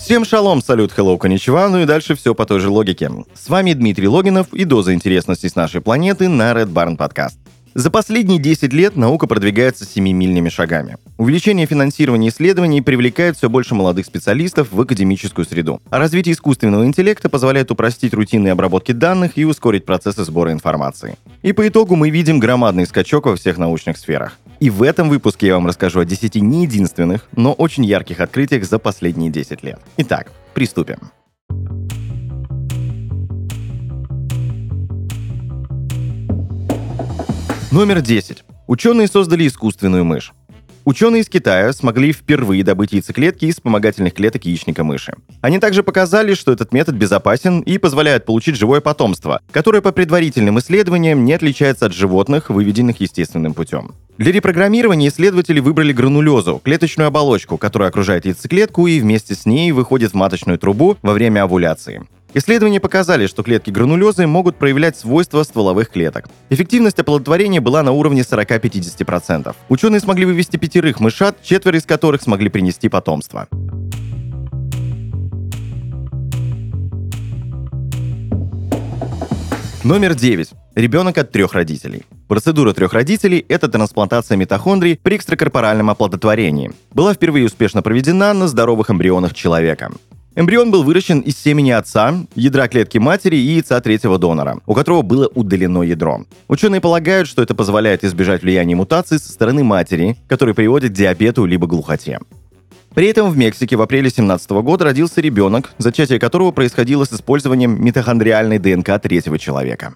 Всем шалом, салют, hello, конничева, ну и дальше все по той же логике. С вами Дмитрий Логинов и доза интересностей с нашей планеты на Red Barn Podcast. За последние 10 лет наука продвигается семимильными шагами. Увеличение финансирования исследований привлекает все больше молодых специалистов в академическую среду. А развитие искусственного интеллекта позволяет упростить рутинные обработки данных и ускорить процессы сбора информации. И по итогу мы видим громадный скачок во всех научных сферах. И в этом выпуске я вам расскажу о 10 не единственных, но очень ярких открытиях за последние 10 лет. Итак, приступим. Номер 10. Ученые создали искусственную мышь. Ученые из Китая смогли впервые добыть яйцеклетки из вспомогательных клеток яичника мыши. Они также показали, что этот метод безопасен и позволяет получить живое потомство, которое по предварительным исследованиям не отличается от животных, выведенных естественным путем. Для репрограммирования исследователи выбрали гранулезу, клеточную оболочку, которая окружает яйцеклетку и вместе с ней выходит в маточную трубу во время овуляции. Исследования показали, что клетки гранулезы могут проявлять свойства стволовых клеток. Эффективность оплодотворения была на уровне 40-50%. Ученые смогли вывести 5 мышат, 4 из которых смогли принести потомство. Номер 9. Ребенок от 3 родителей. Процедура 3 родителей – это трансплантация митохондрий при экстракорпоральном оплодотворении. Была впервые успешно проведена на здоровых эмбрионах человека. Эмбрион был выращен из семени отца, ядра клетки матери и яйца третьего донора, у которого было удалено ядро. Ученые полагают, что это позволяет избежать влияния мутаций со стороны матери, которые приводят к диабету либо глухоте. При этом в Мексике в апреле 2017 года родился ребенок, зачатие которого происходило с использованием митохондриальной ДНК третьего человека.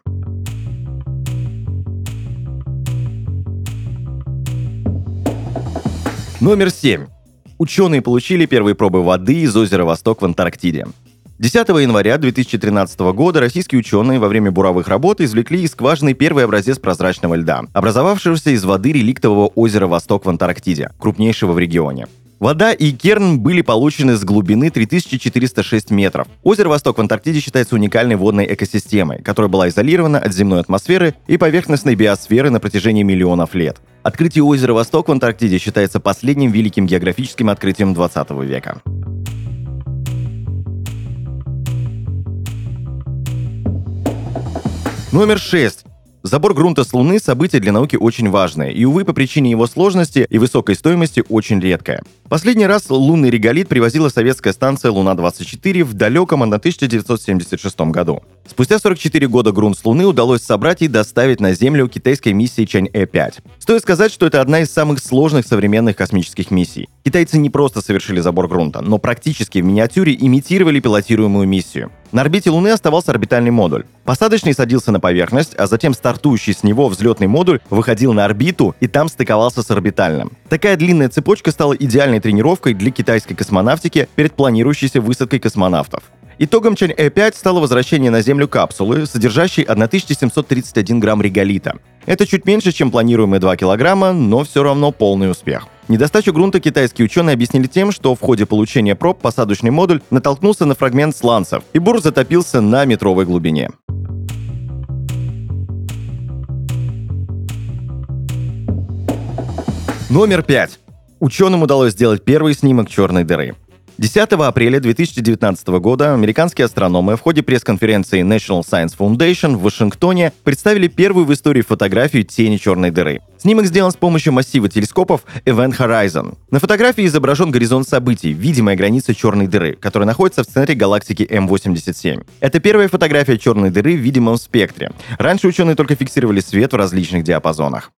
Номер 7. Ученые получили первые пробы воды из озера Восток в Антарктиде. 10 января 2013 года российские ученые во время буровых работ извлекли из скважины первый образец прозрачного льда, образовавшегося из воды реликтового озера Восток в Антарктиде, крупнейшего в регионе. Вода и керн были получены с глубины 3406 метров. Озеро Восток в Антарктиде считается уникальной водной экосистемой, которая была изолирована от земной атмосферы и поверхностной биосферы на протяжении миллионов лет. Открытие озера Восток в Антарктиде считается последним великим географическим открытием 20 века. Номер 6. Забор грунта с Луны – событие для науки очень важное, и, увы, по причине его сложности и высокой стоимости очень редкое. Последний раз лунный реголит привозила советская станция «Луна-24» в далеком 1976 году. Спустя 44 года грунт с Луны удалось собрать и доставить на Землю китайской миссией Чанъэ-5. Стоит сказать, что это одна из самых сложных современных космических миссий. Китайцы не просто совершили забор грунта, но практически в миниатюре имитировали пилотируемую миссию. На орбите Луны оставался орбитальный модуль. Посадочный садился на поверхность, а затем стартующий с него взлетный модуль выходил на орбиту и там стыковался с орбитальным. Такая длинная цепочка стала идеальной тренировкой для китайской космонавтики перед планирующейся высадкой космонавтов. Итогом Чанъэ-5 стало возвращение на Землю капсулы, содержащей 1731 грамм реголита. Это чуть меньше, чем планируемые 2 килограмма, но все равно полный успех. Недостачу грунта китайские ученые объяснили тем, что в ходе получения проб посадочный модуль натолкнулся на фрагмент сланцев, и бур затопился на метровой глубине. Номер 5. Ученым удалось сделать первый снимок черной дыры. 10 апреля 2019 года американские астрономы в ходе пресс-конференции National Science Foundation в Вашингтоне представили первую в истории фотографию тени черной дыры. Снимок сделан с помощью массива телескопов Event Horizon. На фотографии изображен горизонт событий, видимая граница черной дыры, которая находится в центре галактики М87. Это первая фотография черной дыры в видимом спектре. Раньше ученые только фиксировали свет в различных диапазонах.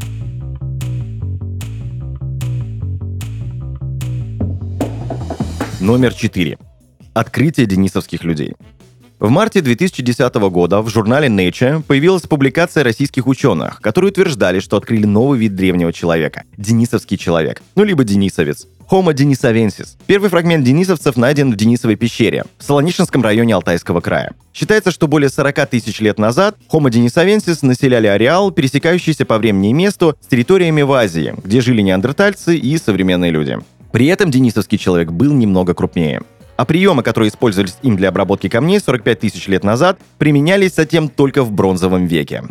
Номер 4. Открытие денисовских людей. В марте 2010 года в журнале Nature появилась публикация российских ученых, которые утверждали, что открыли новый вид древнего человека – денисовский человек, либо денисовец – Homo denisovensis. Первый фрагмент денисовцев найден в Денисовой пещере в Солонишинском районе Алтайского края. Считается, что более 40 тысяч лет назад Homo denisovensis населяли ареал, пересекающийся по времени и месту с территориями в Азии, где жили неандертальцы и современные люди. При этом денисовский человек был немного крупнее. А приемы, которые использовались им для обработки камней 45 тысяч лет назад, применялись затем только в бронзовом веке.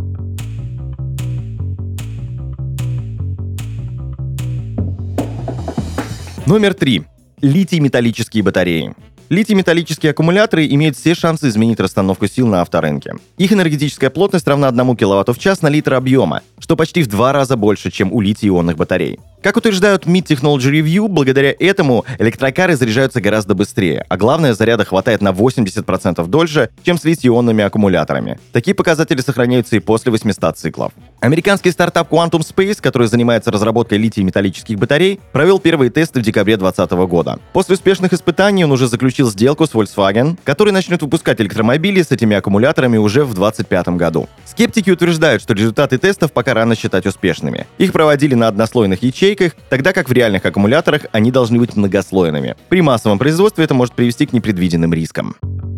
Номер 3. Литий-металлические батареи. Литий-металлические аккумуляторы имеют все шансы изменить расстановку сил на авторынке. Их энергетическая плотность равна 1 кВт в час на литр объема, что почти в 2 раза больше, чем у литий-ионных батарей. Как утверждают Mid Technology Review, благодаря этому электрокары заряжаются гораздо быстрее, а главное, заряда хватает на 80% дольше, чем с литий-ионными аккумуляторами. Такие показатели сохраняются и после 800 циклов. Американский стартап Quantum Space, который занимается разработкой литий-металлических батарей, провел первые тесты в декабре 2020 года. После успешных испытаний он уже заключил сделку с Volkswagen, который начнет выпускать электромобили с этими аккумуляторами уже в 2025 году. Скептики утверждают, что результаты тестов пока рано считать успешными. Их проводили на однослойных ячейках, тогда как в реальных аккумуляторах они должны быть многослойными. При массовом производстве это может привести к непредвиденным рискам.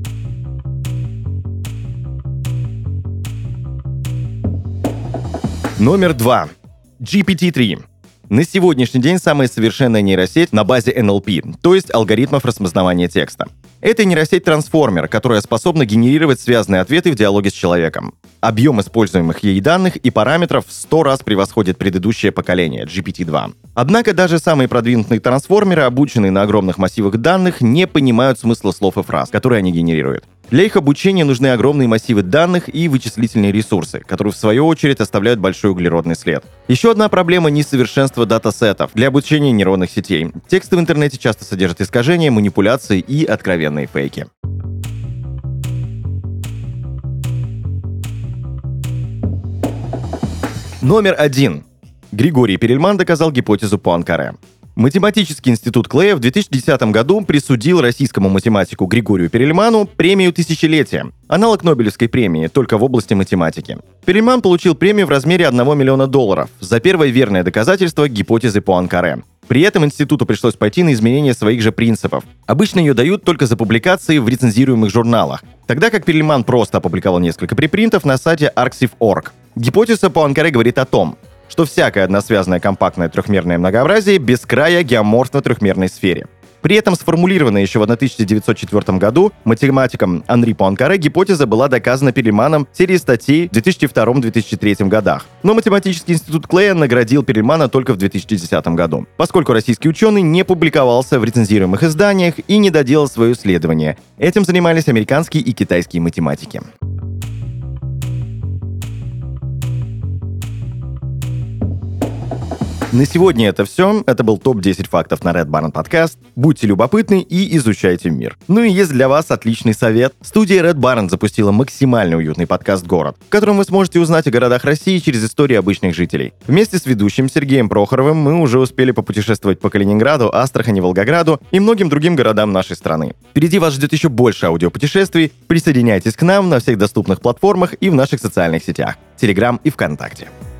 Номер 2. GPT-3. На сегодняшний день самая совершенная нейросеть на базе NLP, то есть алгоритмов распознавания текста. Это нейросеть-трансформер, которая способна генерировать связанные ответы в диалоге с человеком. Объем используемых ей данных и параметров в 100 раз превосходит предыдущее поколение, GPT-2. Однако даже самые продвинутые трансформеры, обученные на огромных массивах данных, не понимают смысла слов и фраз, которые они генерируют. Для их обучения нужны огромные массивы данных и вычислительные ресурсы, которые в свою очередь оставляют большой углеродный след. Еще одна проблема — несовершенство датасетов для обучения нейронных сетей. Тексты в интернете часто содержат искажения, манипуляции и откровенные фейки. Номер 1. Григорий Перельман доказал гипотезу Пуанкаре. Математический институт Клея в 2010 году присудил российскому математику Григорию Перельману премию тысячелетия, аналог Нобелевской премии, только в области математики. Перельман получил премию в размере $1 миллиона за первое верное доказательство гипотезы Пуанкаре. При этом институту пришлось пойти на изменение своих же принципов. Обычно ее дают только за публикации в рецензируемых журналах, тогда как Перельман просто опубликовал несколько препринтов на сайте arXiv.org. Гипотеза Пуанкаре говорит о том, что всякое односвязанное компактное трехмерное многообразие без края геоморфно в трехмерной сфере. При этом сформулированная еще в 1904 году математиком Анри Пуанкаре гипотеза была доказана Перельманом в серии статей в 2002-2003 годах. Но математический институт Клея наградил Перельмана только в 2010 году, поскольку российский ученый не публиковался в рецензируемых изданиях и не доделал свое исследование. Этим занимались американские и китайские математики. На сегодня это все. Это был топ-10 фактов на Red Barn Podcast. Будьте любопытны и изучайте мир. Ну и есть для вас отличный совет. Студия Red Barn запустила максимально уютный подкаст «Город», в котором вы сможете узнать о городах России через истории обычных жителей. Вместе с ведущим Сергеем Прохоровым мы уже успели попутешествовать по Калининграду, Астрахани, Волгограду и многим другим городам нашей страны. Впереди вас ждет еще больше аудиопутешествий. Присоединяйтесь к нам на всех доступных платформах и в наших социальных сетях, Telegram и ВКонтакте.